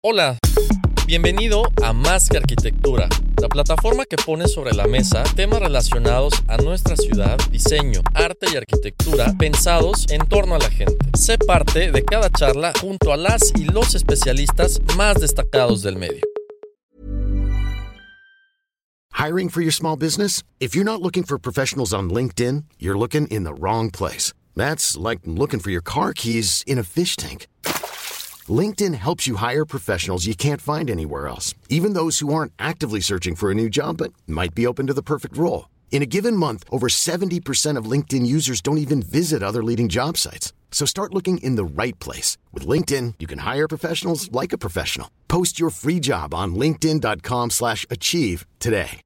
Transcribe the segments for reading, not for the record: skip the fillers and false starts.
Hola, bienvenido a Más que Arquitectura, la plataforma que pone sobre la mesa temas relacionados a nuestra ciudad, diseño, arte y arquitectura pensados en torno a la gente. Sé parte de cada charla junto a las y los especialistas más destacados del medio. Hiring for your small business? If you're not looking for professionals on LinkedIn, you're looking in the wrong place. That's like looking for your car keys in a fish tank. LinkedIn helps you hire professionals you can't find anywhere else, even those who aren't actively searching for a new job but might be open to the perfect role. In a given month, over 70% of LinkedIn users don't even visit other leading job sites. So start looking in the right place. With LinkedIn, you can hire professionals like a professional. Post your free job on linkedin.com/achieve today.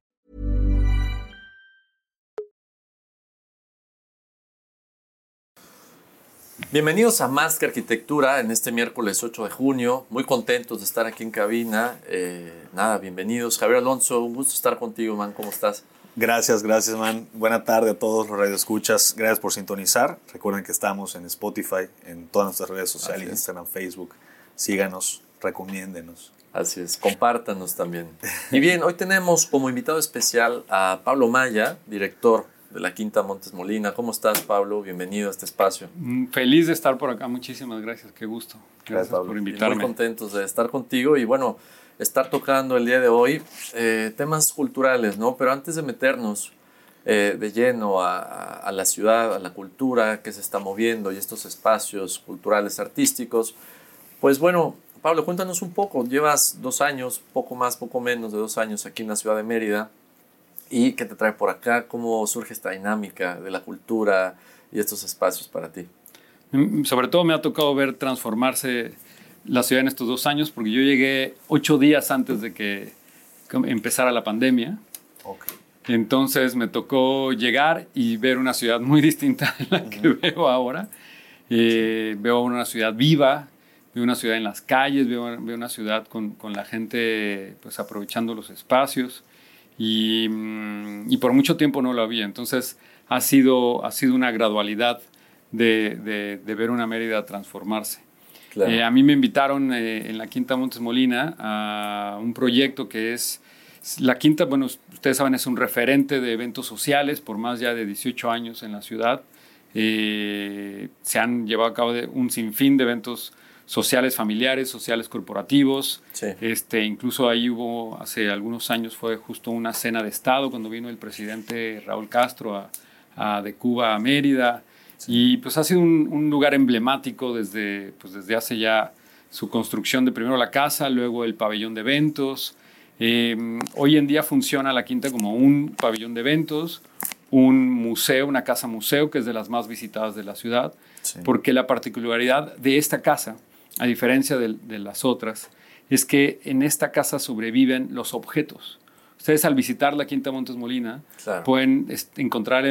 Bienvenidos a Más que Arquitectura en este miércoles 8 de junio. Muy contentos de estar aquí en cabina. Bienvenidos. Javier Alonso, un gusto estar contigo, man. ¿Cómo estás? Gracias, man. Buena tarde a todos los radioescuchas. Gracias por sintonizar. Recuerden que estamos en Spotify, en todas nuestras redes sociales, Instagram, Facebook. Síganos, recomiéndenos. Así es, compártanos también. Y bien, hoy tenemos como invitado especial a Pablo Maya, director de la Quinta Montes Molina. ¿Cómo estás, Pablo? Bienvenido a este espacio. Feliz de estar por acá. Muchísimas gracias. Qué gusto. Gracias por invitarme. Y muy contentos de estar contigo y bueno, estar tocando el día de hoy temas culturales, ¿no? Pero antes de meternos de lleno a la ciudad, a la cultura que se está moviendo y estos espacios culturales, artísticos, pues bueno, Pablo, cuéntanos un poco. Llevas 2 años, poco más, poco menos de 2 años aquí en la ciudad de Mérida. ¿Y qué te trae por acá? ¿Cómo surge esta dinámica de la cultura y estos espacios para ti? Sobre todo me ha tocado ver transformarse la ciudad en estos 2 años, porque yo llegué 8 días antes de que empezara la pandemia. Okay. Entonces me tocó llegar y ver una ciudad muy distinta a la que veo ahora. Veo una ciudad viva, veo una ciudad en las calles, veo una ciudad con la gente pues, aprovechando los espacios. Y por mucho tiempo no lo había. Entonces ha sido una gradualidad de ver una Mérida transformarse. Claro. A mí me invitaron en la Quinta Montes Molina a un proyecto que es la Quinta. Bueno, ustedes saben, es un referente de eventos sociales por más ya de 18 años en la ciudad. Se han llevado a cabo un sinfín de eventos sociales familiares, sociales corporativos. Sí. Incluso ahí hubo, hace algunos años, fue justo una cena de Estado cuando vino el presidente Raúl Castro de Cuba a Mérida. Sí. Y pues ha sido un lugar emblemático desde hace ya su construcción de primero la casa, luego el pabellón de eventos. Hoy en día funciona la Quinta como un pabellón de eventos, un museo, una casa museo, que es de las más visitadas de la ciudad. Sí. Porque la particularidad de esta casa, a diferencia de las otras, es que en esta casa sobreviven los objetos. Ustedes al visitar la Quinta Montes Molina, claro, pueden encontrar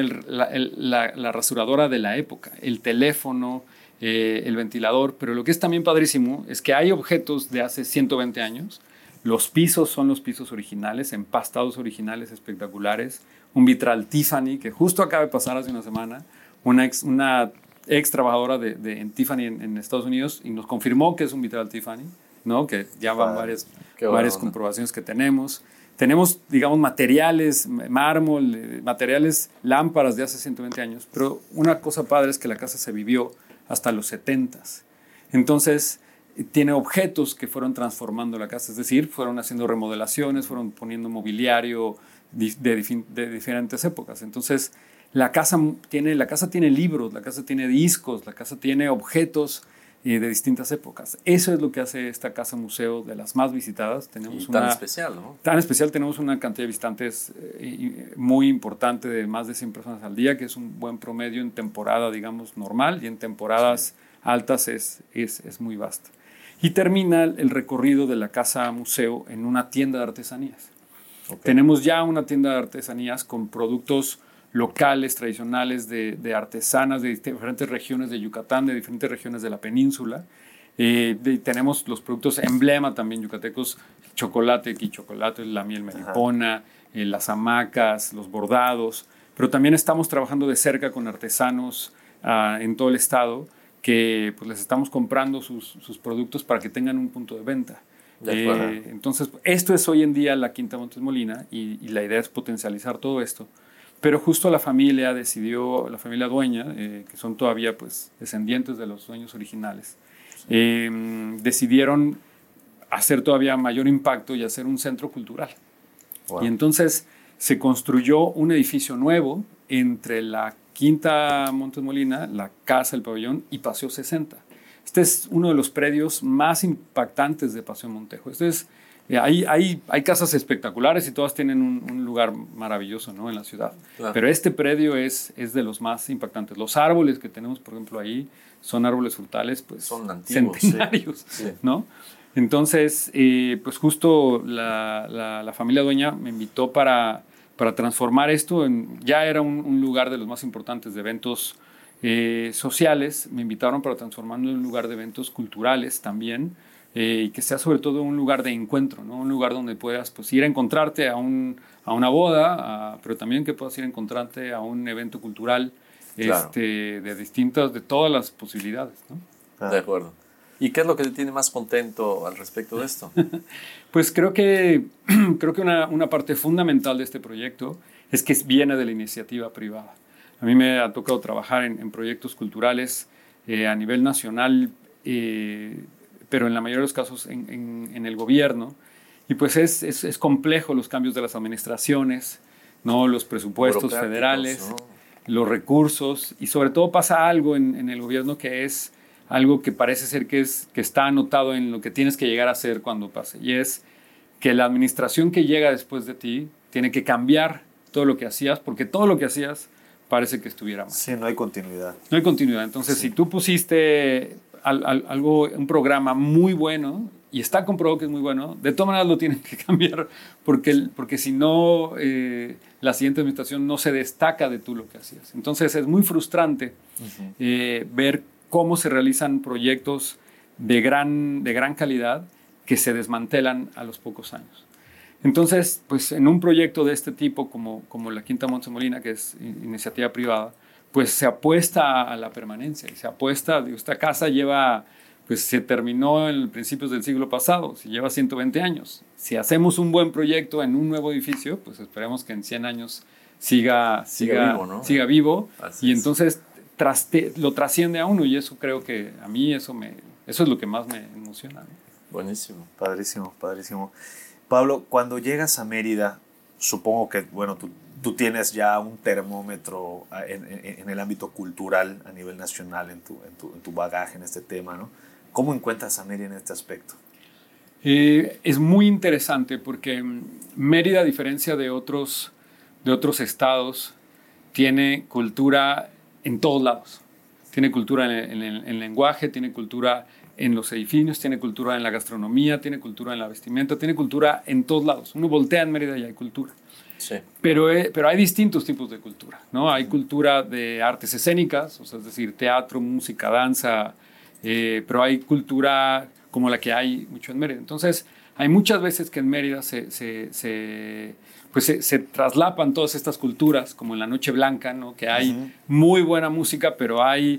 la rasuradora de la época, el teléfono, el ventilador, pero lo que es también padrísimo es que hay objetos de hace 120 años. Los pisos son los pisos originales, empastados originales espectaculares, un vitral Tiffany que justo acaba de pasar hace una semana, una ex trabajadora en Tiffany en Estados Unidos, y nos confirmó que es un vitral Tiffany, ¿no? Que ya van varias comprobaciones que tenemos. Tenemos, digamos, materiales, mármol, materiales, lámparas de hace 120 años, pero una cosa padre es que la casa se vivió hasta los 70s. Entonces, tiene objetos que fueron transformando la casa, es decir, fueron haciendo remodelaciones, fueron poniendo mobiliario de diferentes épocas. Entonces, la casa tiene libros, la casa tiene discos, la casa tiene objetos de distintas épocas. Eso es lo que hace esta casa museo de las más visitadas. Tenemos tan especial, ¿no? Tan especial, tenemos una cantidad de visitantes muy importante, de más de 100 personas al día, que es un buen promedio en temporada, digamos, normal, y en temporadas altas es muy vasta. Y termina el recorrido de la casa museo en una tienda de artesanías. Okay. Tenemos ya una tienda de artesanías con productos locales, tradicionales, de artesanas de diferentes regiones de Yucatán, de diferentes regiones de la península. Tenemos los productos emblema también yucatecos, chocolate, quichocolate, la miel melipona, las hamacas, los bordados. Pero también estamos trabajando de cerca con artesanos en todo el estado que pues, les estamos comprando sus productos para que tengan un punto de venta. Entonces, esto es hoy en día la Quinta Montes Molina y la idea es potencializar todo esto. Pero justo la familia decidió, la familia dueña, que son todavía pues, descendientes de los dueños originales, decidieron hacer todavía mayor impacto y hacer un centro cultural. Wow. Y entonces se construyó un edificio nuevo entre la Quinta Montes Molina, la Casa del Pabellón y Paseo 60. Este es uno de los predios más impactantes de Paseo Montejo. Hay casas espectaculares y todas tienen un lugar maravilloso, ¿no? En la ciudad. Claro. Pero este predio es de los más impactantes. Los árboles que tenemos, por ejemplo, ahí son árboles frutales pues, son antiguos, centenarios, sí. ¿no? Entonces, pues justo la familia dueña me invitó para transformar esto. Ya era un lugar de los más importantes de eventos sociales. Me invitaron para transformarlo en un lugar de eventos culturales también. Y que sea sobre todo un lugar de encuentro, ¿no? Un lugar donde puedas pues, ir a encontrarte a una boda, pero también que puedas ir a encontrarte a un evento cultural claro. De todas las posibilidades, ¿no? De acuerdo. ¿Y qué es lo que te tiene más contento al respecto de esto? Pues creo que una parte fundamental de este proyecto es que viene de la iniciativa privada. A mí me ha tocado trabajar en proyectos culturales a nivel nacional, pero en la mayoría de los casos en el gobierno. Y pues es complejo los cambios de las administraciones, ¿no? Los presupuestos federales, ¿no? Los recursos, y sobre todo pasa algo en el gobierno que es algo que parece ser que está anotado en lo que tienes que llegar a hacer cuando pase, y es que la administración que llega después de ti tiene que cambiar todo lo que hacías, porque todo lo que hacías parece que estuviera mal. Sí, no hay continuidad. No hay continuidad. Entonces, si tú pusiste un programa muy bueno, y está comprobado que es muy bueno, de todas maneras lo tienen que cambiar, porque si no, la siguiente administración no se destaca de tú lo que hacías. Entonces, es muy frustrante ver cómo se realizan proyectos de gran calidad que se desmantelan a los pocos años. Entonces, pues en un proyecto de este tipo, como la Quinta Montes Molina, que es iniciativa privada, pues se apuesta a la permanencia, y se apuesta, esta casa se terminó en principios del siglo pasado, si lleva 120 años. Si hacemos un buen proyecto en un nuevo edificio, pues esperemos que en 100 años siga vivo, ¿no? Siga vivo. Así y entonces lo trasciende a uno, y eso creo que a mí eso es lo que más me emociona, ¿no? Buenísimo. Padrísimo, padrísimo. Pablo, cuando llegas a Mérida, supongo que, bueno, tú tienes ya un termómetro en el ámbito cultural a nivel nacional, en tu bagaje en este tema, ¿no? ¿Cómo encuentras a Mérida en este aspecto? Es muy interesante porque Mérida, a diferencia de otros estados, tiene cultura en todos lados. Tiene cultura en el lenguaje, tiene cultura en los edificios, tiene cultura en la gastronomía, tiene cultura en la vestimenta, tiene cultura en todos lados. Uno voltea en Mérida y hay cultura. Sí. Pero hay distintos tipos de cultura, ¿no? Hay cultura de artes escénicas, o sea, es decir, teatro, música, danza, pero hay cultura como la que hay mucho en Mérida. Entonces, hay muchas veces que en Mérida se traslapan todas estas culturas, como en la Noche Blanca, ¿no? Que hay muy buena música, pero hay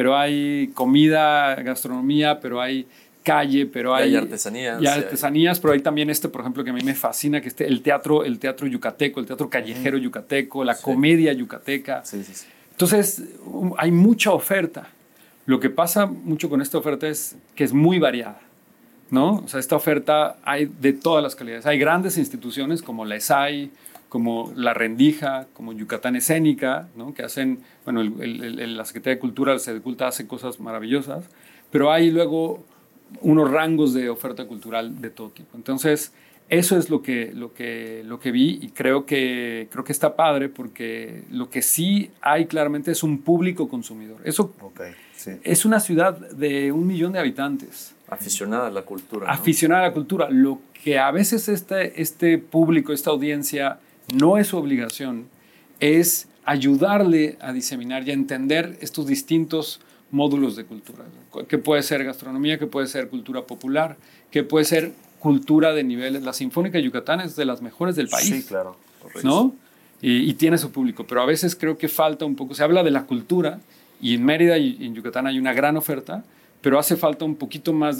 comida, gastronomía, pero hay calle, pero hay artesanías. Y artesanías, pero hay también por ejemplo, que a mí me fascina, que el teatro yucateco, el teatro callejero yucateco, la comedia yucateca. Sí, sí, sí. Entonces, hay mucha oferta. Lo que pasa mucho con esta oferta es que es muy variada, ¿no? O sea, esta oferta hay de todas las calidades. Hay grandes instituciones como la ESAI, como La Rendija, como Yucatán Escénica, ¿no? Que hacen, bueno, la Secretaría de Cultura, la Sedeculta hace cosas maravillosas, pero hay luego unos rangos de oferta cultural de todo tipo. Entonces, eso es lo que vi, y creo que está padre, porque lo que sí hay claramente es un público consumidor. Eso sí. Es una ciudad de 1 millón de habitantes. Aficionada a la cultura, ¿no? Aficionada a la cultura. Lo que a veces este público, esta audiencia, no es su obligación, es ayudarle a diseminar y a entender estos distintos módulos de cultura, que puede ser gastronomía, que puede ser cultura popular, que puede ser cultura de niveles. La Sinfónica de Yucatán es de las mejores del país. Sí, claro. ¿No? Y tiene su público, pero a veces creo que falta un poco. Se habla de la cultura, y en Mérida y en Yucatán hay una gran oferta, pero hace falta un poquito más de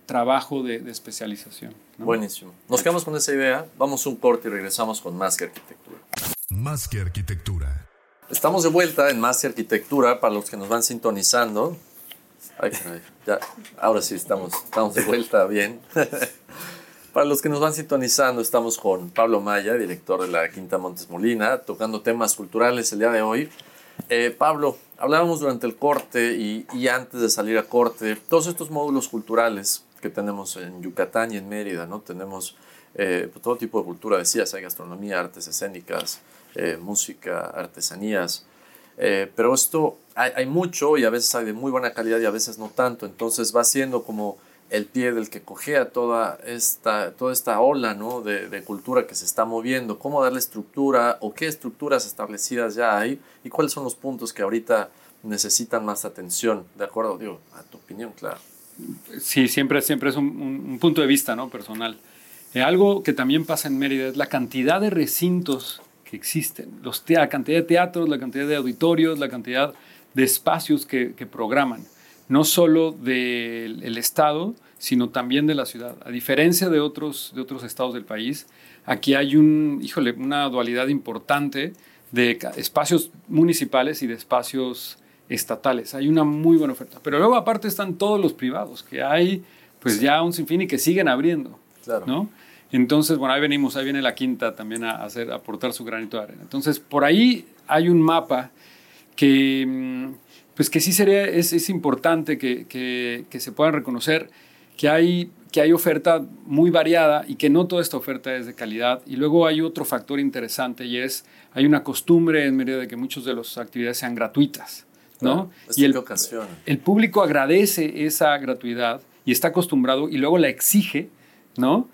trabajo de especialización, ¿no? Buenísimo. Nos quedamos con esa idea, vamos un corte y regresamos con Más que Arquitectura. Más que Arquitectura. Estamos de vuelta en Más que Arquitectura para los que nos van sintonizando. Ay, caray, ya, ahora sí estamos de vuelta bien. Para los que nos van sintonizando, estamos con Pablo Maya, director de la Quinta Montes Molina, tocando temas culturales el día de hoy. Pablo, hablábamos durante el corte y antes de salir a corte, todos estos módulos culturales que tenemos en Yucatán y en Mérida, ¿no? Tenemos todo tipo de cultura, decías, hay gastronomía, artes escénicas, música, artesanías, pero esto hay mucho y a veces hay de muy buena calidad y a veces no tanto, entonces va siendo como el pie del que cojea toda esta ola, ¿no? de cultura que se está moviendo, cómo darle estructura o qué estructuras establecidas ya hay y cuáles son los puntos que ahorita necesitan más atención, ¿de acuerdo? Digo, a tu opinión, claro. Sí, siempre es un punto de vista, ¿no? Personal. Algo que también pasa en Mérida es la cantidad de recintos que existen, la cantidad de teatros, la cantidad de auditorios, la cantidad de espacios que programan. No solo del Estado, sino también de la ciudad. A diferencia de otros estados del país, aquí hay una dualidad importante de espacios municipales y de espacios estatales. Hay una muy buena oferta. Pero luego aparte están todos los privados, que hay pues ya un sinfín y que siguen abriendo. Claro. ¿No? Entonces, bueno, ahí viene la Quinta también a aportar su granito de arena. Entonces, por ahí hay un mapa que sí es importante que se puedan reconocer que hay oferta muy variada y que no toda esta oferta es de calidad. Y luego hay otro factor interesante y hay una costumbre en Mérida de que muchas de las actividades sean gratuitas, ¿no? Claro, y el público agradece esa gratuidad y está acostumbrado y luego la exige, ¿no?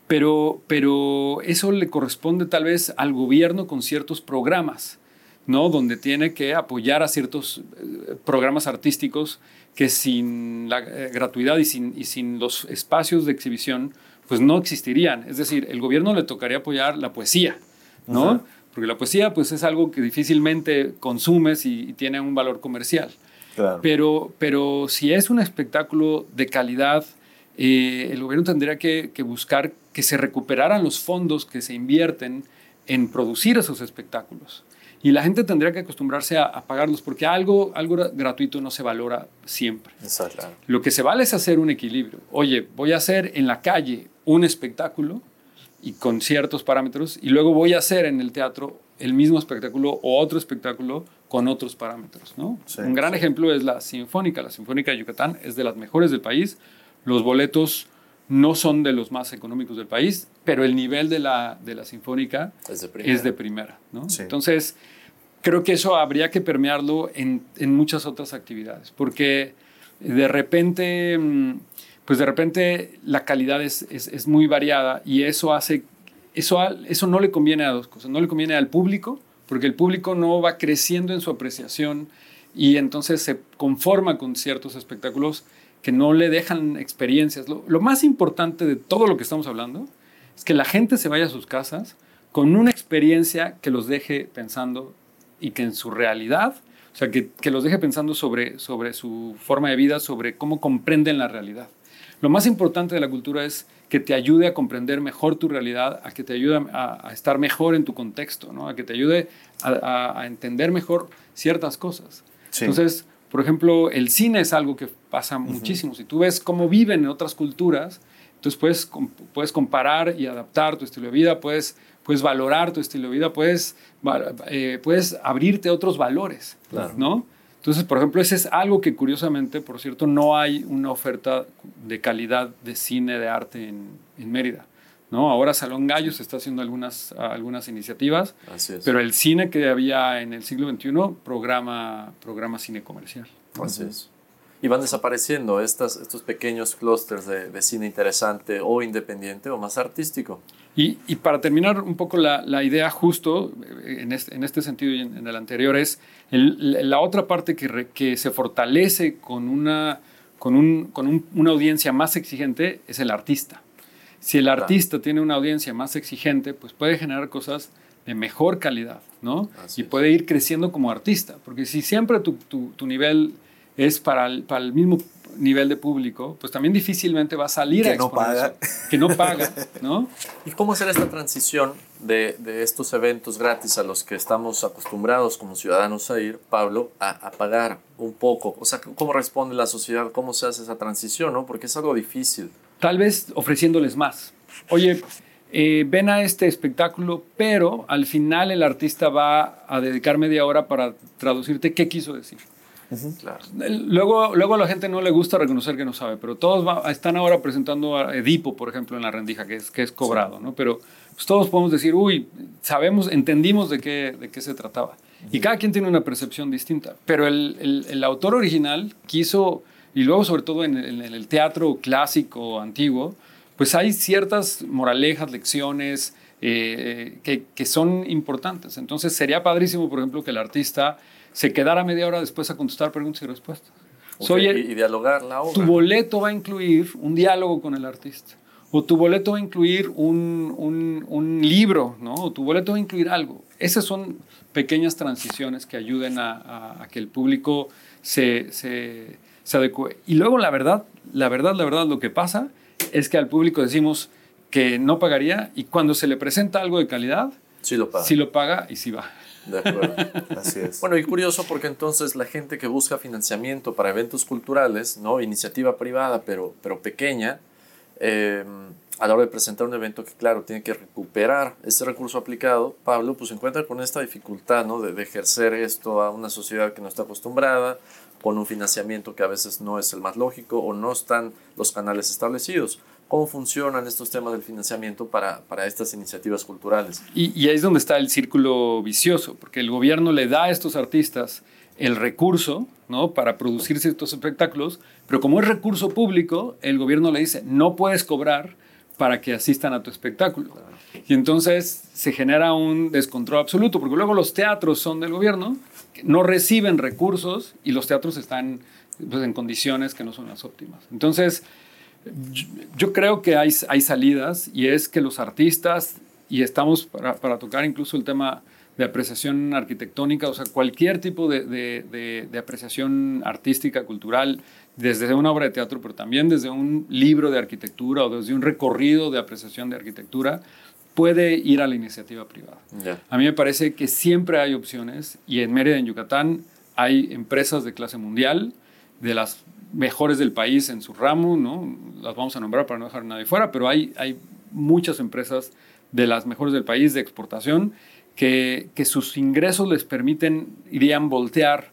Pero eso le corresponde tal vez al gobierno con ciertos programas, ¿no? Donde tiene que apoyar a ciertos programas artísticos que sin la gratuidad y sin los espacios de exhibición, pues no existirían. Es decir, el gobierno le tocaría apoyar la poesía, ¿no? Uh-huh. Porque la poesía pues, es algo que difícilmente consumes y tiene un valor comercial. Claro. Pero si es un espectáculo de calidad, el gobierno tendría que buscar que se recuperaran los fondos que se invierten en producir esos espectáculos. Y la gente tendría que acostumbrarse a pagarlos porque algo gratuito no se valora siempre. Exacto. Lo que se vale es hacer un equilibrio. Oye, voy a hacer en la calle un espectáculo y con ciertos parámetros y luego voy a hacer en el teatro el mismo espectáculo o otro espectáculo con otros parámetros, ¿no? Sí, un gran ejemplo es la Sinfónica. La Sinfónica de Yucatán es de las mejores del país. Los boletos no son de los más económicos del país, pero el nivel de la Sinfónica es de primera, ¿no? Sí. Entonces, creo que eso habría que permearlo en muchas otras actividades, porque de repente la calidad es muy variada y eso no le conviene a dos cosas. No le conviene al público, porque el público no va creciendo en su apreciación y entonces se conforma con ciertos espectáculos que no le dejan experiencias. Lo más importante de todo lo que estamos hablando es que la gente se vaya a sus casas con una experiencia que los deje pensando y que en su realidad, o sea, que los deje pensando sobre su forma de vida, sobre cómo comprenden la realidad. Lo más importante de la cultura es que te ayude a comprender mejor tu realidad, a que te ayude a estar mejor en tu contexto, ¿no? A que te ayude a entender mejor ciertas cosas. Sí. Entonces, por ejemplo, el cine es algo que pasa muchísimo. Si tú ves cómo viven en otras culturas, entonces puedes comparar y adaptar tu estilo de vida, puedes valorar tu estilo de vida, puedes abrirte a otros valores, claro, ¿no? Entonces, por ejemplo, ese es algo que curiosamente, por cierto, no hay una oferta de calidad de cine, de arte en Mérida, ¿no? Ahora Salón Gallo se está haciendo algunas iniciativas, pero el cine que había en el siglo XXI programa cine comercial. Así es. Y van desapareciendo estos pequeños clústeres de cine interesante o independiente o más artístico. Y para terminar un poco la idea justo en este sentido y en el anterior es la otra parte que se fortalece con una audiencia más exigente es el artista. Si el artista tiene una audiencia más exigente, pues puede generar cosas de mejor calidad, ¿no? Y puede ir creciendo como artista, porque si siempre tu nivel es para el mismo nivel de público, pues también difícilmente va a salir a exponer eso. Que no paga, ¿no? ¿Y cómo hacer esta transición de estos eventos gratis a los que estamos acostumbrados como ciudadanos a ir, Pablo, a pagar un poco? O sea, ¿cómo responde la sociedad? ¿Cómo se hace esa transición, no? Porque es algo difícil. Tal vez ofreciéndoles más. Oye, ven a este espectáculo, pero al final el artista va a dedicar media hora para traducirte qué quiso decir. Claro. Luego a la gente no le gusta reconocer que no sabe, pero todos están ahora presentando a Edipo, por ejemplo, en La Rendija, que es cobrado, sí, ¿no? Pero pues, todos podemos decir, entendimos de qué se trataba. Y cada quien tiene una percepción distinta, pero el autor original quiso, y luego sobre todo en el teatro clásico, antiguo, pues hay ciertas moralejas, lecciones que son importantes. Entonces sería padrísimo, por ejemplo, que el artista se quedara media hora después a contestar preguntas y respuestas. Okay, y dialogar la obra. Tu boleto va a incluir un diálogo con el artista. O tu boleto va a incluir un libro, ¿no? O tu boleto va a incluir algo. Esas son pequeñas transiciones que ayuden a que el público se adecue. Y luego, la verdad, lo que pasa es que al público decimos que no pagaría, y cuando se le presenta algo de calidad, sí lo paga y sí va. De acuerdo. Así es. Bueno, y curioso porque entonces la gente que busca financiamiento para eventos culturales, ¿no? Iniciativa privada, pero pequeña, a la hora de presentar un evento que, claro, tiene que recuperar ese recurso aplicado, Pablo, pues se encuentra con esta dificultad, ¿no? de ejercer esto a una sociedad que no está acostumbrada, con un financiamiento que a veces no es el más lógico o no están los canales establecidos. ¿Cómo funcionan estos temas del financiamiento para estas iniciativas culturales? Y ahí es donde está el círculo vicioso, porque el gobierno le da a estos artistas el recurso, ¿no? Para producir ciertos espectáculos, pero como es recurso público, el gobierno le dice, no puedes cobrar para que asistan a tu espectáculo. Claro. Y entonces se genera un descontrol absoluto, porque luego los teatros son del gobierno, no reciben recursos y los teatros están pues, en condiciones que no son las óptimas. Entonces, yo creo que hay salidas, y es que los artistas, y estamos para tocar incluso el tema de apreciación arquitectónica, o sea, cualquier tipo de apreciación artística, cultural, desde una obra de teatro, pero también desde un libro de arquitectura o desde un recorrido de apreciación de arquitectura, puede ir a la iniciativa privada. Yeah. A mí me parece que siempre hay opciones, y en Mérida, en Yucatán, hay empresas de clase mundial, de las mejores del país en su ramo, ¿no? Las vamos a nombrar para no dejar a nadie fuera, pero hay muchas empresas de las mejores del país de exportación que sus ingresos les permitirían voltear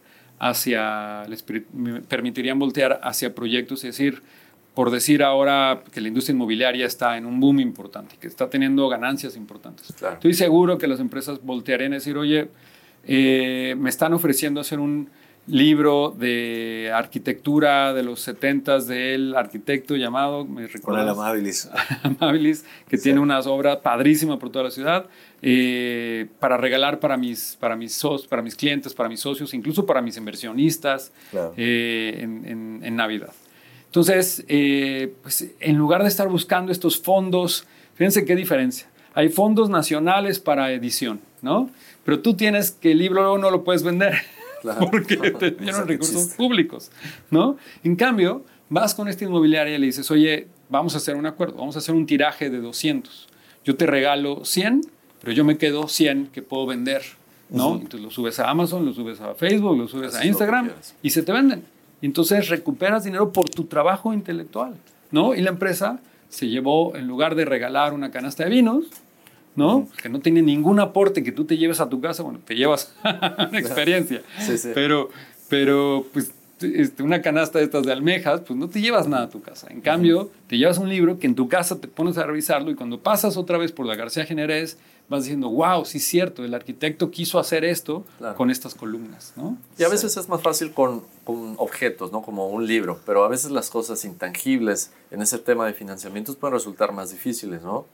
hacia proyectos, es decir, por decir ahora que la industria inmobiliaria está en un boom importante, que está teniendo ganancias importantes. Claro. Estoy seguro que las empresas voltearían a decir, oye, me están ofreciendo hacer un libro de arquitectura de los 70s del arquitecto llamado, me recuerdo, Amabilis, que sí, tiene unas obras padrísimas por toda la ciudad, para regalar para mis clientes, para mis socios, incluso para mis inversionistas, claro, en Navidad. Entonces, pues, en lugar de estar buscando estos fondos, fíjense qué diferencia. Hay fondos nacionales para edición, ¿no? Pero tú tienes que el libro luego no lo puedes vender. Claro. Porque te dieron recursos públicos, ¿no? En cambio, vas con esta inmobiliaria y le dices, oye, vamos a hacer un acuerdo, vamos a hacer un tiraje de 200. Yo te regalo 100, pero yo me quedo 100 que puedo vender, ¿no? Entonces lo subes a Amazon, lo subes a Facebook, lo subes a Instagram y se te venden. Y entonces recuperas dinero por tu trabajo intelectual, ¿no? Y la empresa se llevó, en lugar de regalar una canasta de vinos, ¿no? Que no tiene ningún aporte que tú te lleves a tu casa, bueno, te llevas una experiencia. Sí, sí. Pero pues, una canasta de estas de almejas, pues no te llevas nada a tu casa. En cambio, te llevas un libro que en tu casa te pones a revisarlo, y cuando pasas otra vez por la García Generés, vas diciendo, wow, sí es cierto, el arquitecto quiso hacer esto, claro, con estas columnas, ¿no? Y a veces es más fácil con objetos, ¿no? Como un libro, pero a veces las cosas intangibles en ese tema de financiamientos pueden resultar más difíciles, ¿no?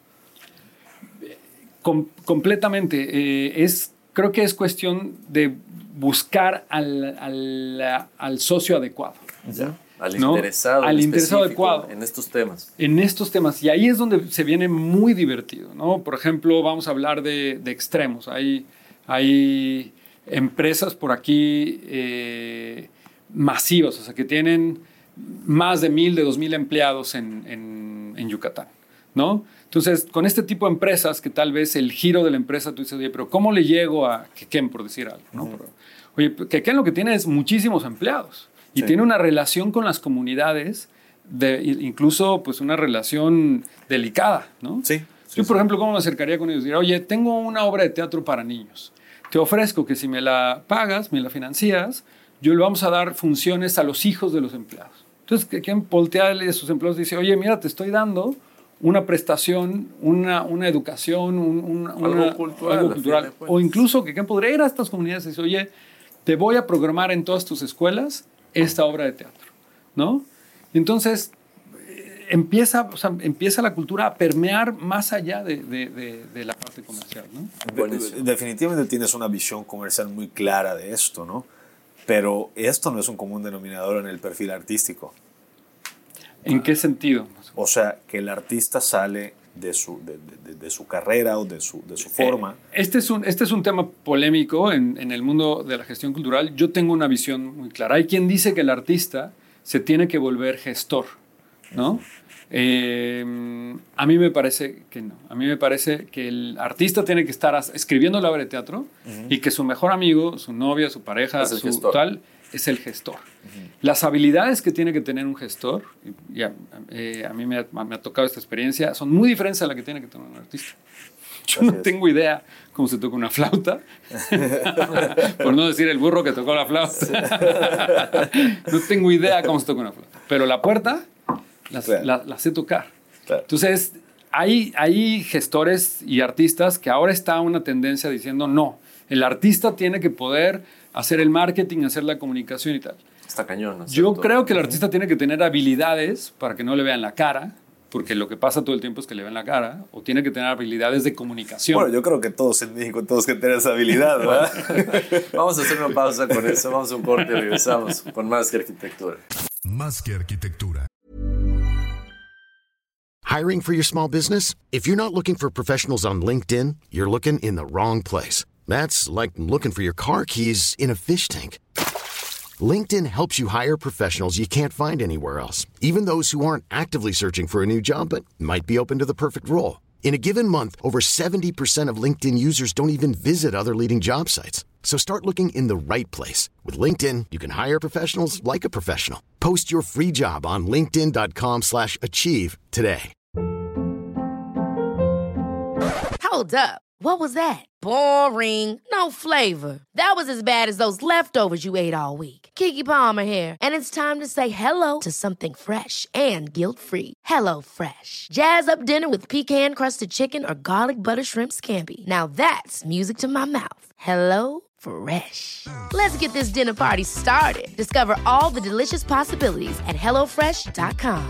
Completamente. Creo que es cuestión de buscar al socio adecuado. Ya. Al interesado, al interesado adecuado en estos temas. En estos temas. Y ahí es donde se viene muy divertido, ¿no? Por ejemplo, vamos a hablar de extremos. Hay empresas por aquí masivas, o sea, que tienen más de 1,000, de 2,000 empleados en Yucatán, ¿no? Entonces, con este tipo de empresas que tal vez el giro de la empresa, tú dices, oye, pero ¿cómo le llego a Quequén, por decir algo, ¿no? Pero, oye, Quequén lo que tiene es muchísimos empleados y tiene una relación con las comunidades, incluso pues una relación delicada, ¿no? Sí. Yo, por ejemplo, ¿cómo me acercaría con ellos? Diría, oye, tengo una obra de teatro para niños. Te ofrezco que si me la pagas, me la financias, yo le vamos a dar funciones a los hijos de los empleados. Entonces, quien voltea a sus empleados y dice, oye, mira, te estoy dando una prestación, una educación, algo cultural. O incluso que podría ir a estas comunidades y decir, oye, te voy a programar en todas tus escuelas esta obra de teatro, ¿no? Entonces, empieza la cultura a permear más allá de la parte comercial, ¿no? Definitivamente tienes una visión comercial muy clara de esto, ¿no? Pero esto no es un común denominador en el perfil artístico. ¿En qué sentido? O sea, que el artista sale de su carrera o de su forma. Este es un tema polémico en el mundo de la gestión cultural. Yo tengo una visión muy clara. Hay quien dice que el artista se tiene que volver gestor, ¿no? A mí me parece que no. A mí me parece que el artista tiene que estar escribiendo la obra de teatro y que su mejor amigo, su novia, su pareja, su tal, es el gestor. Las habilidades que tiene que tener un gestor, a mí me ha tocado esta experiencia, son muy diferentes a la que tiene que tener un artista. Yo no tengo idea cómo se toca una flauta, por no decir el burro que tocó la flauta. No tengo idea cómo se toca una flauta, pero la puerta la sé tocar. Claro. Entonces, hay gestores y artistas que ahora está una tendencia diciendo, no, el artista tiene que poder hacer el marketing, hacer la comunicación y tal. Está cañón, ¿no? Yo creo que el artista tiene que tener habilidades para que no le vean la cara, porque lo que pasa todo el tiempo es que le ven la cara, o tiene que tener habilidades de comunicación. Bueno, yo creo que todos en México, todos que tienen esa habilidad, ¿verdad? Vamos a hacer una pausa con eso, vamos a un corte y regresamos con Más que Arquitectura. Más que Arquitectura. Hiring for your small business? If you're not looking for professionals on LinkedIn, you're looking in the wrong place. That's like looking for your car keys in a fish tank. LinkedIn helps you hire professionals you can't find anywhere else, even those who aren't actively searching for a new job but might be open to the perfect role. In a given month, over 70% of LinkedIn users don't even visit other leading job sites. So start looking in the right place. With LinkedIn, you can hire professionals like a professional. Post your free job on linkedin.com/achieve today. Hold up. What was that? Boring. No flavor. That was as bad as those leftovers you ate all week. Keke Palmer here, and it's time to say hello to something fresh and guilt-free. Hello Fresh. Jazz up dinner with pecan-crusted chicken or garlic butter shrimp scampi. Now that's music to my mouth. Hello Fresh. Let's get this dinner party started. Discover all the delicious possibilities at hellofresh.com.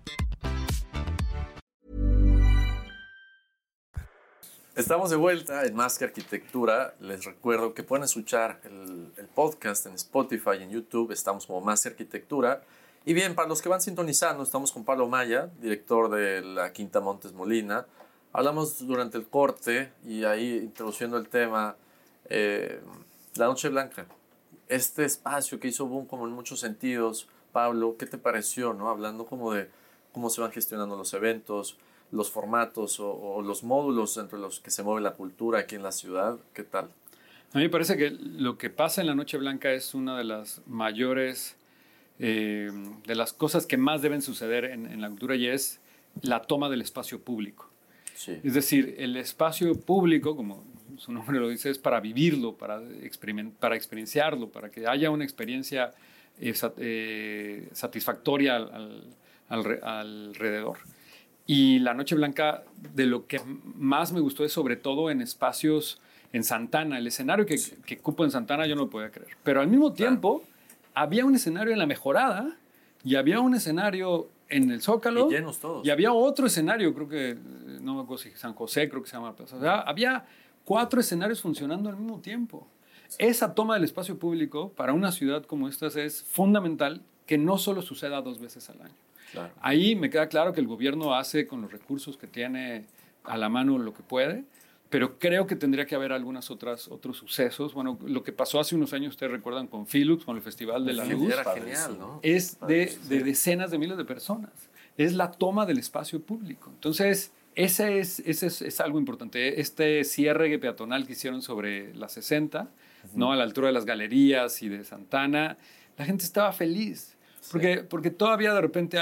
Estamos de vuelta en Más que Arquitectura. Les recuerdo que pueden escuchar el podcast en Spotify y en YouTube. Estamos como Más que Arquitectura. Y bien, para los que van sintonizando, estamos con Pablo Maya, director de la Quinta Montes Molina. Hablamos durante el corte y ahí introduciendo el tema, La Noche Blanca. Este espacio que hizo boom como en muchos sentidos. Pablo, ¿qué te pareció, no? Hablando como de cómo se van gestionando los eventos, los formatos o los módulos entre los que se mueve la cultura aquí en la ciudad. ¿Qué tal? A mí me parece que lo que pasa en la Noche Blanca es una de las mayores, de las cosas que más deben suceder en la cultura, y es la toma del espacio público. Sí. Es decir, el espacio público, como su nombre lo dice, es para vivirlo, para experienciarlo, para que haya una experiencia satisfactoria alrededor. Y la Noche Blanca, de lo que más me gustó es sobre todo en espacios en Santana. El escenario que cupo en Santana yo no lo podía creer. Pero al mismo tiempo había un escenario en La Mejorada y había un escenario en el Zócalo. Y llenos todos. Y había otro escenario, creo que, no me acuerdo si San José, creo que se llama. O sea, había 4 escenarios funcionando al mismo tiempo. Esa toma del espacio público para una ciudad como esta es fundamental, que no solo suceda 2 veces al año. Claro. Ahí me queda claro que el gobierno hace con los recursos que tiene a la mano lo que puede, pero creo que tendría que haber otros sucesos. Bueno, lo que pasó hace unos años, ustedes recuerdan, con Philips, con el Festival de la Luz. Era genial, ¿no? Es de decenas de miles de personas. Es la toma del espacio público. Entonces, ese es algo importante. Este cierre peatonal que hicieron sobre la 60, ¿no? A la altura de las galerías y de Santana, la gente estaba feliz. Porque todavía de repente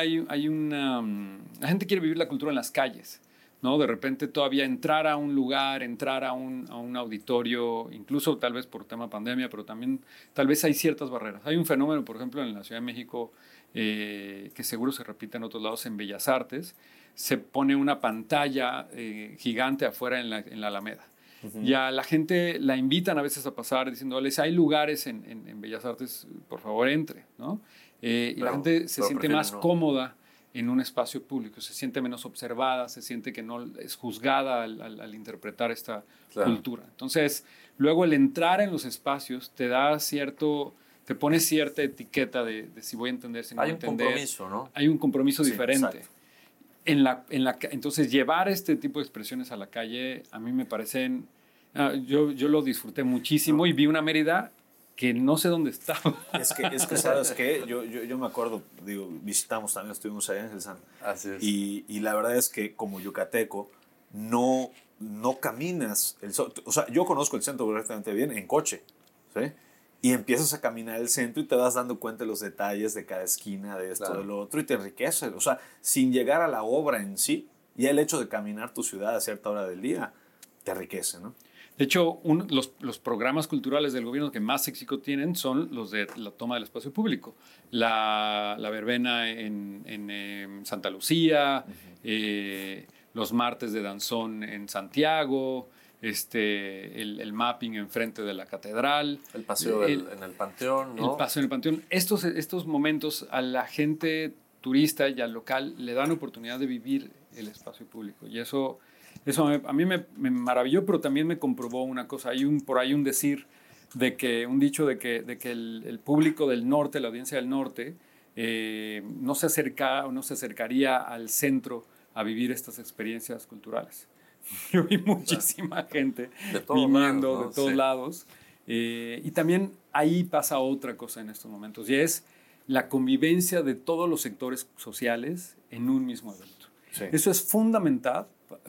la gente quiere vivir la cultura en las calles, ¿no? De repente todavía entrar a un lugar, entrar a un auditorio, incluso tal vez por tema pandemia, pero también tal vez hay ciertas barreras. Hay un fenómeno, por ejemplo, en la Ciudad de México, que seguro se repite en otros lados, en Bellas Artes, se pone una pantalla gigante afuera en la Alameda. Y a la gente la invitan a veces a pasar diciéndoles, hay lugares en Bellas Artes, por favor entre, ¿no? Y la gente se siente más cómoda en un espacio público, se siente menos observada, se siente que no es juzgada al interpretar esta cultura. Entonces, luego el entrar en los espacios te pone cierta etiqueta de si voy a entender, si no voy a entender. Hay un compromiso, ¿no? Hay un compromiso diferente. Entonces, llevar este tipo de expresiones a la calle, a mí me parecen... yo lo disfruté muchísimo y vi una Mérida que no sé dónde estaba. Es que ¿sabes qué? Yo me acuerdo, visitamos también, estuvimos allá en el San. Así es. Y la verdad es que como yucateco, no caminas. O sea, yo conozco el centro perfectamente bien en coche, ¿sí? Y empiezas a caminar el centro y te vas dando cuenta de los detalles de cada esquina, de esto, de lo otro, y te enriquece. O sea, sin llegar a la obra en sí, ya el hecho de caminar tu ciudad a cierta hora del día te enriquece, ¿no? De hecho, los programas culturales del gobierno que más éxito tienen son los de la toma del espacio público. La verbena en Santa Lucía, los martes de danzón en Santiago, el mapping enfrente de la catedral. El paseo en el Panteón, ¿no? El paseo en el Panteón. Estos momentos a la gente turista y al local le dan oportunidad de vivir el espacio público. Y eso a mí me maravilló, pero también me comprobó una cosa. Hay por ahí un dicho de que el público del norte, la audiencia del norte, no se acercaría al centro a vivir estas experiencias culturales. Yo vi muchísima gente viniendo de todos lados. Y también ahí pasa otra cosa en estos momentos, y es la convivencia de todos los sectores sociales en un mismo evento. Sí. Eso es fundamental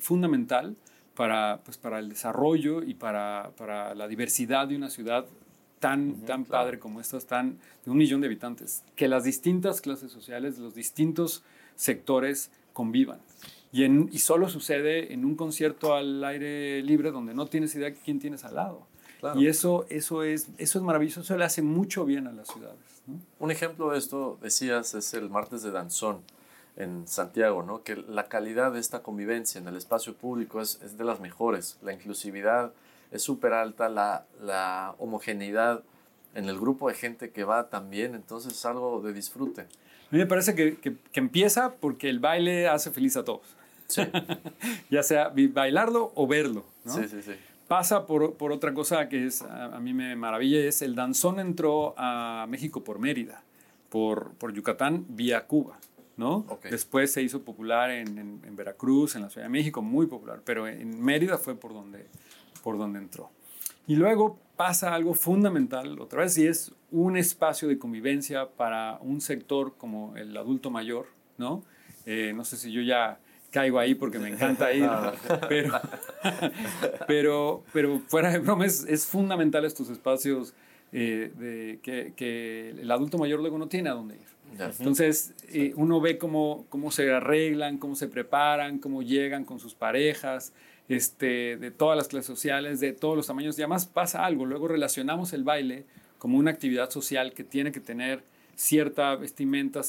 para el desarrollo y para la diversidad de una ciudad tan padre como esta, de 1 millón de habitantes, que las distintas clases sociales, los distintos sectores convivan. Y solo sucede en un concierto al aire libre donde no tienes idea de quién tienes al lado. Claro. Y eso es maravilloso, eso le hace mucho bien a las ciudades, ¿no? Un ejemplo de esto, decías, es el martes de danzón en Santiago, ¿no? Que la calidad de esta convivencia en el espacio público es de las mejores. La inclusividad es súper alta, la homogeneidad en el grupo de gente que va también, entonces es algo de disfrute. A mí me parece que empieza porque el baile hace feliz a todos. Sí. Ya sea bailarlo o verlo, ¿no? Sí. Pasa por otra cosa que a mí me maravilla, es el danzón entró a México por Mérida, por Yucatán vía Cuba, ¿no? Okay. Después se hizo popular en Veracruz, en la Ciudad de México, muy popular, pero en Mérida fue por donde entró. Y luego pasa algo fundamental, otra vez, y es un espacio de convivencia para un sector como el adulto mayor, ¿no? No sé si yo ya caigo ahí porque me encanta ir, pero fuera de broma es fundamental estos espacios que el adulto mayor luego no tiene a dónde ir. Entonces uno ve cómo se arreglan, cómo se preparan, cómo llegan con sus parejas, de todas las clases sociales, de todos los tamaños, y además pasa algo, luego relacionamos el baile como una actividad social que tiene que tener cierta vestimenta,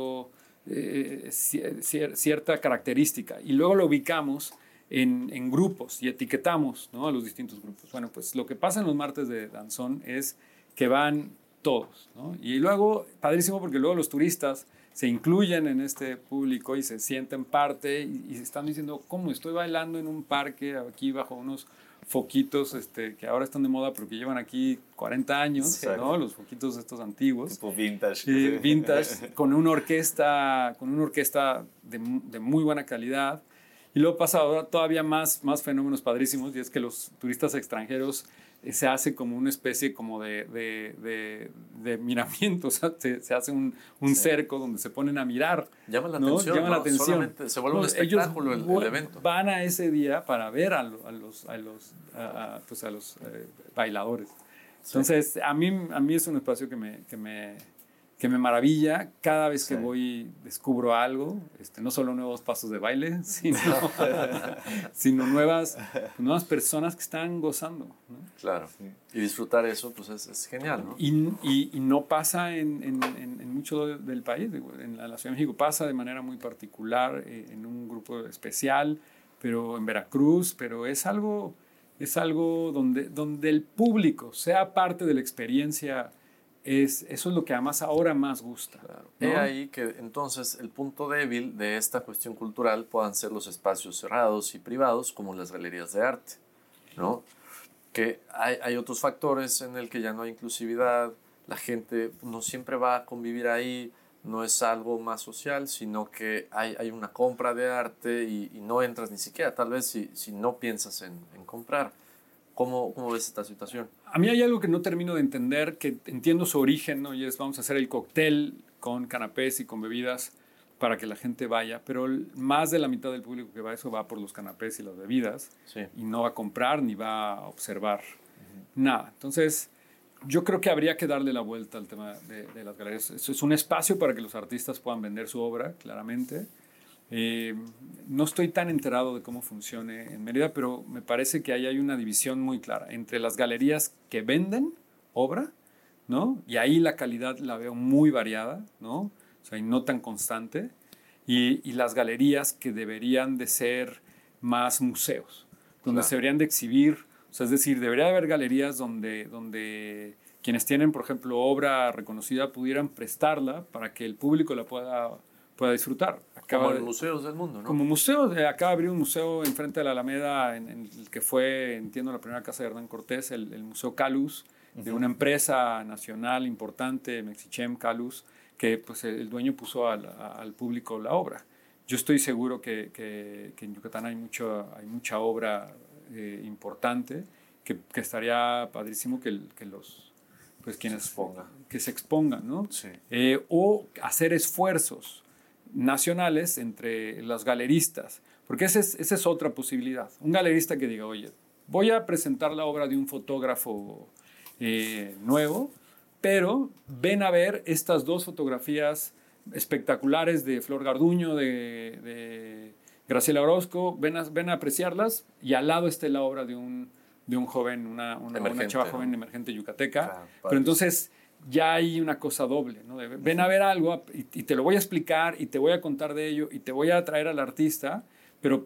cierta característica, y luego lo ubicamos en grupos y etiquetamos, ¿no?, a los distintos grupos. Bueno, pues lo que pasa en los martes de danzón es que van todos, ¿no? Y luego, padrísimo, porque luego los turistas se incluyen en este público y se sienten parte y están diciendo, ¿cómo estoy bailando en un parque aquí bajo unos foquitos que ahora están de moda pero que llevan aquí 40 años, ¿no? Los foquitos estos antiguos. Tipo vintage. Vintage, con una orquesta de muy buena calidad. Y luego pasa ahora todavía más fenómenos padrísimos, y es que los turistas extranjeros se hace como una especie como de miramiento, o sea, se hace un cerco donde se ponen a mirar. Llama la ¿no? atención. Llama la atención. Solamente se vuelve un espectáculo el evento. Van a ese día para ver a los bailadores. Entonces, a mí es un espacio que me maravilla. Cada vez que voy descubro algo, no solo nuevos pasos de baile, sino nuevas personas que están gozando, ¿no? Claro. Y disfrutar eso, pues es genial, ¿no? Y no pasa en mucho del país. En la Ciudad de México pasa de manera muy particular, en un grupo especial, pero en Veracruz, pero es algo donde el público sea parte de la experiencia. Eso es lo que además ahora más gusta. Claro. ¿No? He ahí que entonces el punto débil de esta cuestión cultural puedan ser los espacios cerrados y privados como las galerías de arte, ¿no? Que hay otros factores en el que ya no hay inclusividad, la gente no siempre va a convivir ahí, no es algo más social, sino que hay una compra de arte y no entras ni siquiera, tal vez si no piensas en comprar. ¿Cómo ves esta situación? A mí hay algo que no termino de entender, que entiendo su origen, ¿no? Y es, vamos a hacer el cóctel con canapés y con bebidas para que la gente vaya, pero más de la mitad del público que va a eso va por los canapés y las bebidas, sí. Y no va a comprar ni va a observar nada. Entonces, yo creo que habría que darle la vuelta al tema de las galerías. Eso es un espacio para que los artistas puedan vender su obra, claramente. No estoy tan enterado de cómo funcione en Mérida, pero me parece que ahí hay una división muy clara entre las galerías que venden obra, ¿no? Y ahí la calidad la veo muy variada, ¿no? O sea, y no tan constante. Y las galerías que deberían de ser más museos, donde Claro. se deberían de exhibir. O sea, es decir, debería haber galerías donde quienes tienen, por ejemplo, obra reconocida pudieran prestarla para que el público la pueda disfrutar. Como los museos del mundo, ¿no? Como museo, acaba de abrir un museo enfrente de la Alameda, en el que fue, entiendo, la primera casa de Hernán Cortés, el Museo Calus, de una empresa nacional importante, Mexichem Calus, que pues, el dueño puso al público la obra. Yo estoy seguro que en Yucatán hay mucha obra importante, que estaría padrísimo que los pues quienes que se expongan, ¿no? Sí. O hacer esfuerzos nacionales entre los galeristas, porque esa es otra posibilidad. Un galerista que diga, oye, voy a presentar la obra de un fotógrafo nuevo, pero ven a ver estas dos fotografías espectaculares de Flor Garduño, de Graciela Orozco, ven a apreciarlas, y al lado está la obra de un joven, una chava joven emergente yucateca. Claro, pero entonces ya hay una cosa doble, ¿no? Ven a ver algo y te lo voy a explicar y te voy a contar de ello y te voy a traer al artista, pero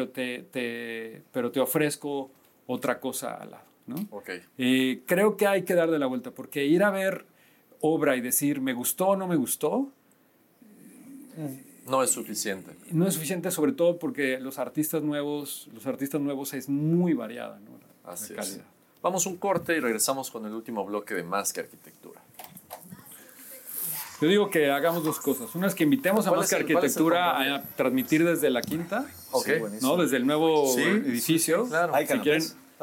te ofrezco otra cosa al lado, ¿no? Okay. Creo que hay que darle la vuelta, porque ir a ver obra y decir me gustó o no me gustó no es suficiente. No es suficiente, sobre todo porque los artistas nuevos es muy variada, ¿no? Así la es. calidad. Vamos un corte y regresamos con el último bloque de Más que Arquitectura. Yo digo que hagamos dos cosas. Una es que invitemos a Más que Arquitectura a transmitir desde la Quinta, Ok. Sí, ¿no? Desde el nuevo Sí, edificio. sí, claro. Hay Si quieren,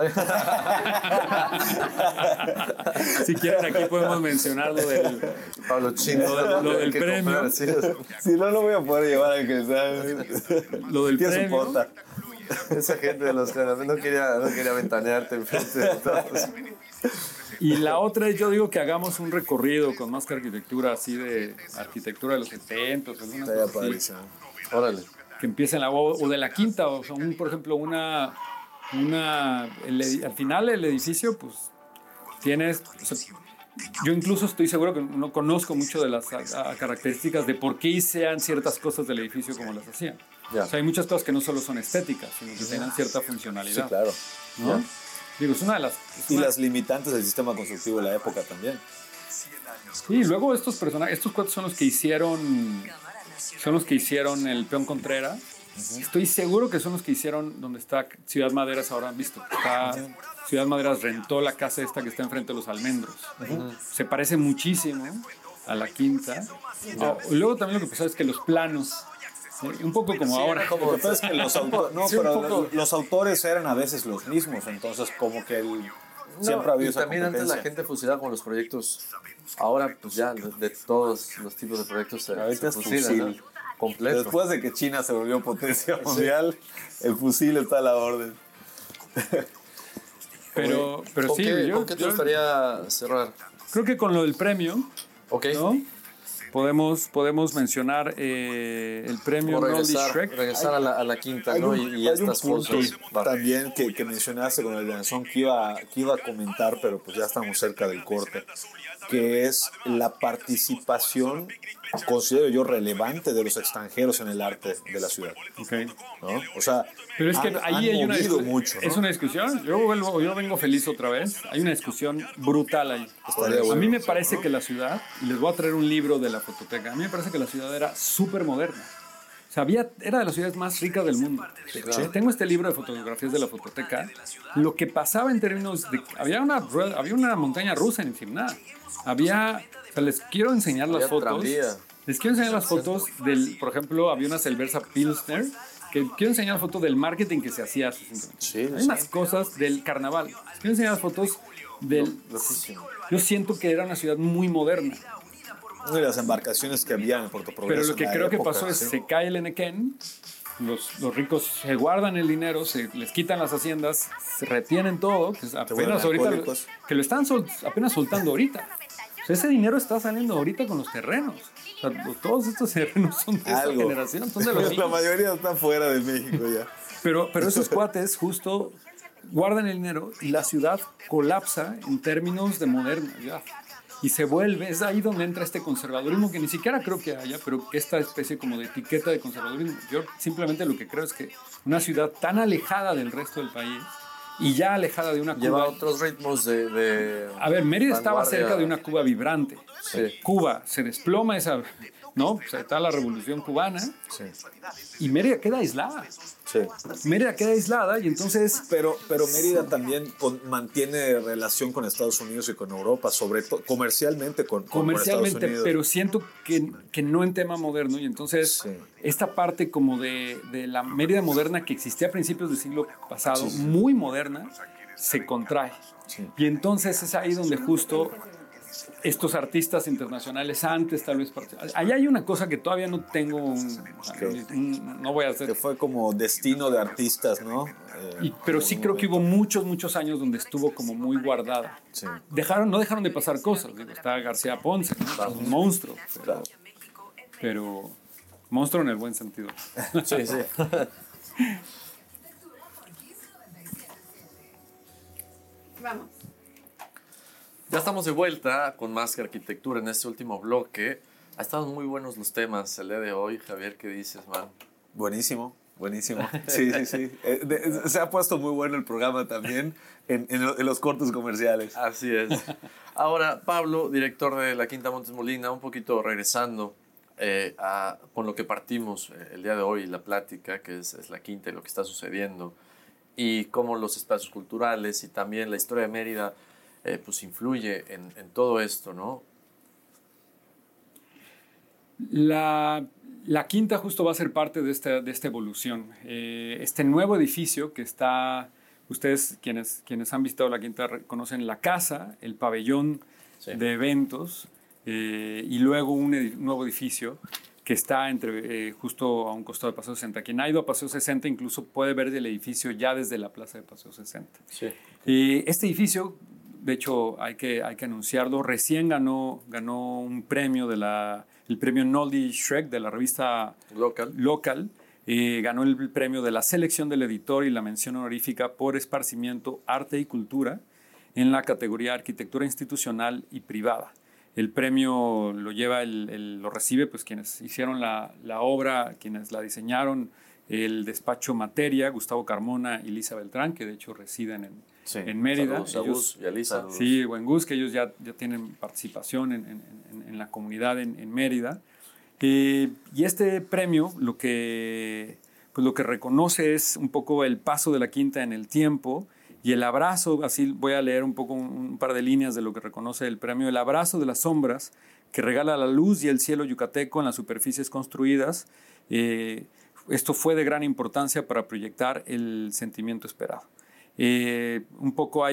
canapés. si quieren, aquí podemos mencionar lo del Pablo Chino. lo del que premio. comprar, sí. Si no, no voy a poder llevar al que sea. Lo del Tiene su premio. pota. Esa gente de los canapés no quería ventanearte enfrente de todos. Y la otra es, yo digo que hagamos un recorrido con Más que Arquitectura, así de arquitectura de los 70, algunas Estaría cosas así, padrísimo. Órale. que empiecen o de la Quinta, o sea, por ejemplo, al final el edificio, pues, tienes, o sea, yo incluso estoy seguro que no conozco mucho de las características de por qué sean ciertas cosas del edificio como las hacían. Ya. O sea, hay muchas cosas que no solo son estéticas, sino que tengan cierta funcionalidad. Sí, claro. ¿no? Ya. Digo, es una de las... Y las limitantes del sistema constructivo de la época también. Sí, y luego estos cuatro son los que hicieron el Peón Contreras. Estoy seguro que son los que hicieron donde está Ciudad Maderas, ahora han visto. Ciudad Maderas rentó la casa esta que está enfrente de los Almendros. Se parece muchísimo a la Quinta. Y luego también lo que pasa es que los planos Un poco como Sí, ahora. era como- Lo que pasa es que Sí, un poco. los autores eran a veces los mismos, entonces como que siempre ha habido y esa también antes la competencia. gente fusilaba con los proyectos. Ahora, pues ya, de todos los tipos de proyectos se Ahorita es fusilan, fusil. ¿no? Completo. Después de que China se volvió potencia mundial, el fusil está a la orden. Pero ¿Con sí, ¿con qué te gustaría cerrar? creo que con lo del premio, Ok. ¿no? Podemos mencionar el premio O Nolly regresar, Shrek. regresar a la quinta, ¿no? Y hay un estas punto cosas. Va. también que mencionaste con el danzón que iba a comentar, pero pues ya estamos cerca del corte, que es la participación, considero yo, relevante de los extranjeros en el arte de la ciudad, Ok. ¿no? O sea, Pero es que ahí hay una movido discusión. mucho, ¿no? Es una discusión. Yo vengo feliz otra vez. Hay una discusión brutal ahí. Estaría A bueno. mí me parece que la ciudad, y les voy a traer un libro de la fototeca, a mí me parece que la ciudad era súper moderna. O sea, era de las ciudades más ricas del mundo. claro. Tengo este libro de fotografías de la fototeca. Lo que pasaba en términos de... Había una montaña rusa en Simná. O sea, les quiero enseñar las Había fotos. tranvía. Les quiero enseñar las fotos del... Por ejemplo, había una cerveza Pilsner. Que quiero enseñar fotos del marketing que se hacía recientemente. Sí, Hay sí. unas cosas del carnaval. Les quiero enseñar las fotos del... Loquísimo. Yo siento que era una ciudad muy moderna. y las embarcaciones que había en Puerto Progreso. Pero lo que en la creo que época, pasó es sí. se cae el Enequén, los ricos se guardan el dinero, les quitan las haciendas, se retienen todo, que es vuelven apenas ahorita alcohólicos. que lo están apenas soltando ahorita. O sea, ese dinero está saliendo ahorita con los terrenos. O sea, todos estos terrenos son de esa Algo. generación, son de los La hijos. mayoría está fuera de México ya. Pero esos cuates justo guardan el dinero y la ciudad colapsa en términos de modernidad. Y se vuelve, es ahí donde entra este conservadurismo que ni siquiera creo que haya, pero que esta especie como de etiqueta de conservadurismo. Yo simplemente lo que creo es que una ciudad tan alejada del resto del país y ya alejada de una Lleva Cuba... otros ritmos de A ver, Mérida estaba vanguardia. cerca de una Cuba vibrante. Sí. Cuba se desploma esa... ¿no? O sea, está la revolución cubana Sí. y Mérida queda aislada. Sí. Mérida queda aislada y entonces... Pero Mérida también mantiene relación con Estados Unidos y con Europa, sobre todo comercialmente con Estados Comercialmente, Unidos. pero siento que no en tema moderno. Y entonces, Sí. esta parte como de la Mérida moderna que existía a principios del siglo pasado, muy moderna, se contrae. Sí. Y entonces es ahí donde justo estos artistas internacionales antes tal vez... Allá hay una cosa que todavía no tengo... no voy a hacer... Que fue como destino de artistas, ¿no? Pero sí creo que hubo muchos años donde estuvo como muy guardada. Sí. No dejaron de pasar cosas. Digo, está García Ponce, ¿no? Es un monstruo. Claro. Pero monstruo en el buen sentido. Sí, sí. Vamos. Ya estamos de vuelta con más que arquitectura en este último bloque. Ha estado muy buenos los temas el día de hoy. Javier, ¿qué dices, man? Buenísimo, buenísimo. Sí, sí, sí. Se ha puesto muy bueno el programa también en los cortes comerciales. Así es. Ahora, Pablo, director de la Quinta Montes Molina, un poquito regresando con lo que partimos el día de hoy, la plática, que es la Quinta y lo que está sucediendo, y cómo los espacios culturales y también la historia de Mérida pues influye en todo esto, ¿no? La Quinta justo va a ser parte de esta evolución. Este nuevo edificio que está... Ustedes, quienes han visitado la Quinta, conocen la casa, el pabellón Sí. de eventos y luego un nuevo edificio que está justo a un costado de Paseo 60. Quien ha ido a Paseo 60 incluso puede ver el edificio ya desde la plaza de Paseo 60. Sí. Este edificio, de hecho, hay que anunciarlo, recién ganó un premio el premio Nolly Shrek de la revista Local. Ganó el premio de la selección del editor y la mención honorífica por esparcimiento, arte y cultura en la categoría arquitectura institucional y privada. El premio lo recibe pues quienes hicieron la obra, quienes la diseñaron, el despacho Materia, Gustavo Carmona y Lisa Beltrán, que de hecho residen en Mérida. Saludos a Gus y a Lisa. Sí, buen Gus, que ellos ya tienen participación en la comunidad en Mérida. Y este premio lo que reconoce es un poco el paso de la Quinta en el tiempo y el abrazo, así voy a leer un poco un par de líneas de lo que reconoce el premio, el abrazo de las sombras que regala la luz y el cielo yucateco en las superficies construidas. Esto fue de gran importancia para proyectar el sentimiento esperado. Un poco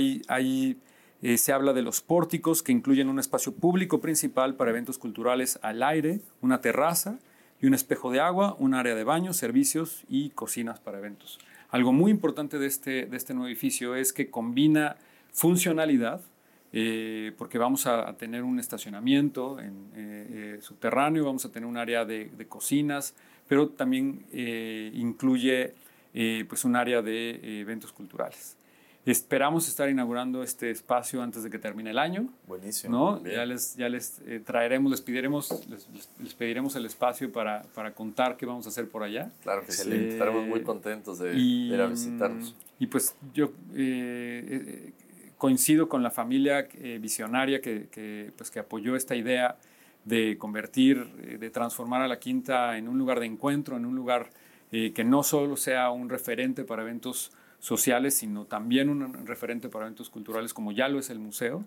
se habla de los pórticos, que incluyen un espacio público principal para eventos culturales al aire, una terraza y un espejo de agua, un área de baños, servicios y cocinas para eventos. Algo muy importante de este nuevo edificio es que combina funcionalidad, porque vamos a tener un estacionamiento subterráneo, vamos a tener un área de cocinas, pero también incluye pues un área de eventos culturales. Esperamos estar inaugurando este espacio antes de que termine el año. Buenísimo. ¿No? Ya les traeremos, les pediremos el espacio para contar qué vamos a hacer por allá. Claro que sí, estaremos muy contentos de ir a visitarnos. Y pues yo coincido con la familia visionaria que apoyó esta idea de convertir, de transformar a La Quinta en un lugar de encuentro, en un lugar que no solo sea un referente para eventos sociales, sino también un referente para eventos culturales, como ya lo es el museo,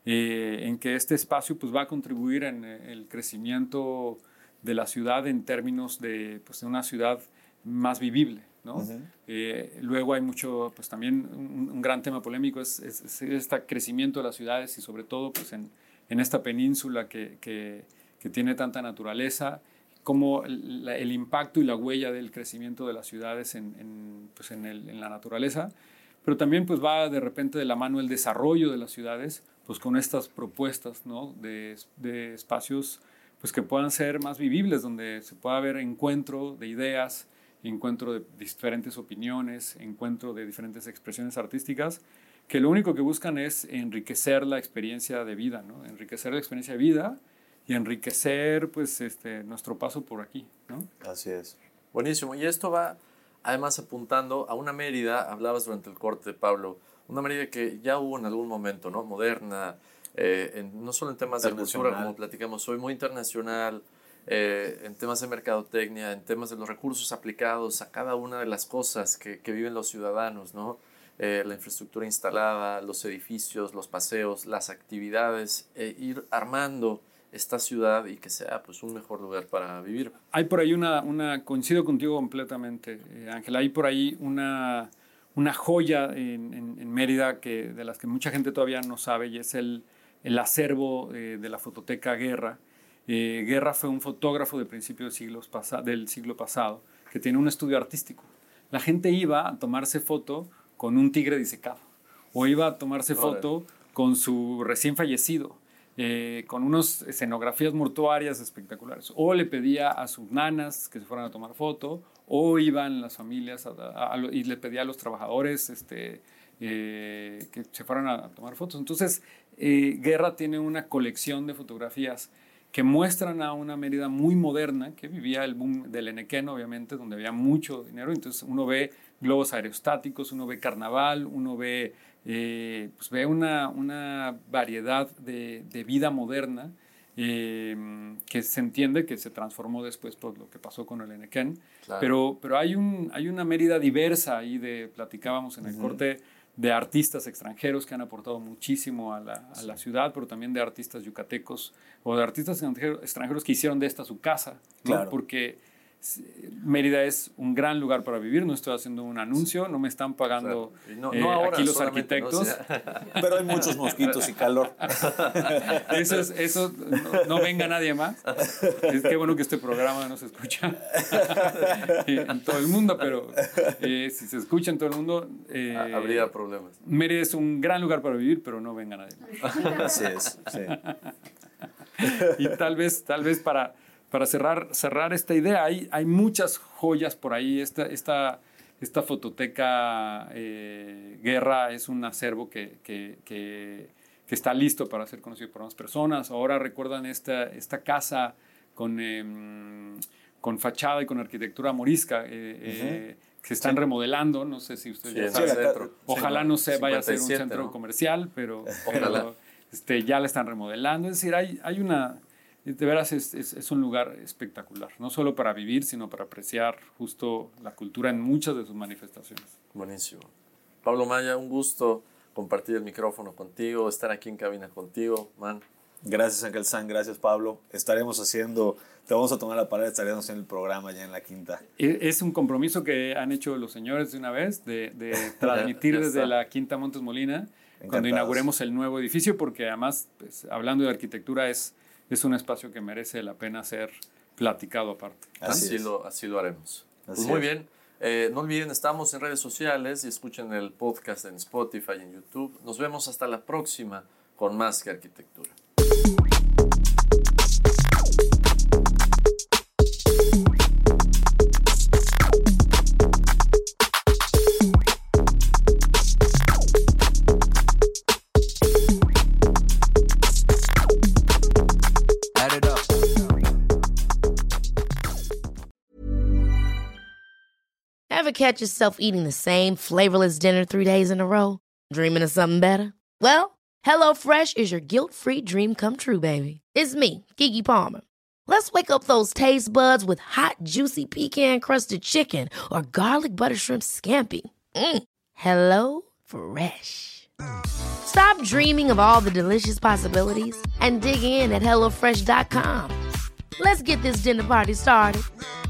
en que este espacio pues, va a contribuir en el crecimiento de la ciudad en términos de una ciudad más vivible, ¿no? Uh-huh. Luego hay mucho, pues también un gran tema polémico es este crecimiento de las ciudades y sobre todo pues, en esta península que tiene tanta naturaleza, como el impacto y la huella del crecimiento de las ciudades en la naturaleza, pero también pues va de repente de la mano el desarrollo de las ciudades, pues con estas propuestas, ¿no? de espacios pues que puedan ser más vivibles, donde se pueda haber encuentro de ideas, encuentro de diferentes opiniones, encuentro de diferentes expresiones artísticas, que lo único que buscan es enriquecer la experiencia de vida, ¿no? Enriquecer la experiencia de vida y enriquecer pues, nuestro paso por aquí, ¿no? Así es. Buenísimo. Y esto va además apuntando a una Mérida, hablabas durante el corte, Pablo, una Mérida que ya hubo en algún momento, ¿no? Moderna, no solo en temas de cultura, como platicamos hoy, muy internacional, en temas de mercadotecnia, en temas de los recursos aplicados a cada una de las cosas que viven los ciudadanos, ¿no? La infraestructura instalada, los edificios, los paseos, las actividades, ir armando esta ciudad y que sea pues un mejor lugar para vivir. Hay por ahí coincido contigo completamente, Ángel, hay por ahí una joya en Mérida de las que mucha gente todavía no sabe, y es el acervo de la fototeca Guerra. Guerra fue un fotógrafo de principios del siglo pasado que tiene un estudio artístico. La gente iba a tomarse foto con un tigre disecado o iba a tomarse foto con su recién fallecido. Con unas escenografías mortuarias espectaculares, o le pedía a sus nanas que se fueran a tomar foto, o iban las familias y le pedía a los trabajadores que se fueran a tomar fotos. Entonces, Guerra tiene una colección de fotografías que muestran a una Mérida muy moderna, que vivía el boom del Enequén, obviamente, donde había mucho dinero. Entonces uno ve globos aerostáticos, uno ve carnaval, uno ve una variedad de vida moderna que se entiende que se transformó después por lo que pasó con el Enequén. Claro. Pero hay una Mérida diversa ahí, platicábamos en el corte, de artistas extranjeros que han aportado muchísimo a la ciudad, pero también de artistas yucatecos o de artistas extranjeros que hicieron de esta su casa, ¿no? Claro. Porque Mérida es un gran lugar para vivir. No estoy haciendo un anuncio, no me están pagando no ahora, aquí los arquitectos. No, pero hay muchos mosquitos y calor. Eso no venga nadie más. Qué bueno que este programa no se escucha en todo el mundo, pero si se escucha en todo el mundo habría problemas. Mérida es un gran lugar para vivir, pero no venga nadie más. Así es, sí. Y tal vez para cerrar esta idea, hay muchas joyas por ahí. Esta fototeca Guerra es un acervo que está listo para ser conocido por más personas. Ahora recuerdan esta casa con fachada y con arquitectura morisca que se están remodelando. No sé si ustedes ya saben. Ojalá no se vaya a ser un centro, ¿no?, comercial, pero ya la están remodelando. Es decir, hay una... De veras es un lugar espectacular, no solo para vivir, sino para apreciar justo la cultura en muchas de sus manifestaciones. Buenísimo. Pablo Maya, un gusto compartir el micrófono contigo, estar aquí en cabina contigo, man. Gracias, Ángel San, gracias, Pablo. Te vamos a tomar la palabra, estaremos haciendo el programa ya en la quinta. Es un compromiso que han hecho los señores de una vez, de transmitir desde la Quinta Montes Molina, cuando inauguremos el nuevo edificio, porque además, pues, hablando de arquitectura, es un espacio que merece la pena ser platicado aparte. Así lo haremos. Pues muy bien. No olviden, estamos en redes sociales y escuchen el podcast en Spotify y en YouTube. Nos vemos hasta la próxima con Más que Arquitectura. Ever catch yourself eating the same flavorless dinner 3 days in a row? Dreaming of something better? Well, HelloFresh is your guilt-free dream come true, baby. It's me, Keke Palmer. Let's wake up those taste buds with hot, juicy pecan-crusted chicken or garlic butter shrimp scampi. Hello Fresh. Stop dreaming of all the delicious possibilities and dig in at HelloFresh.com. Let's get this dinner party started.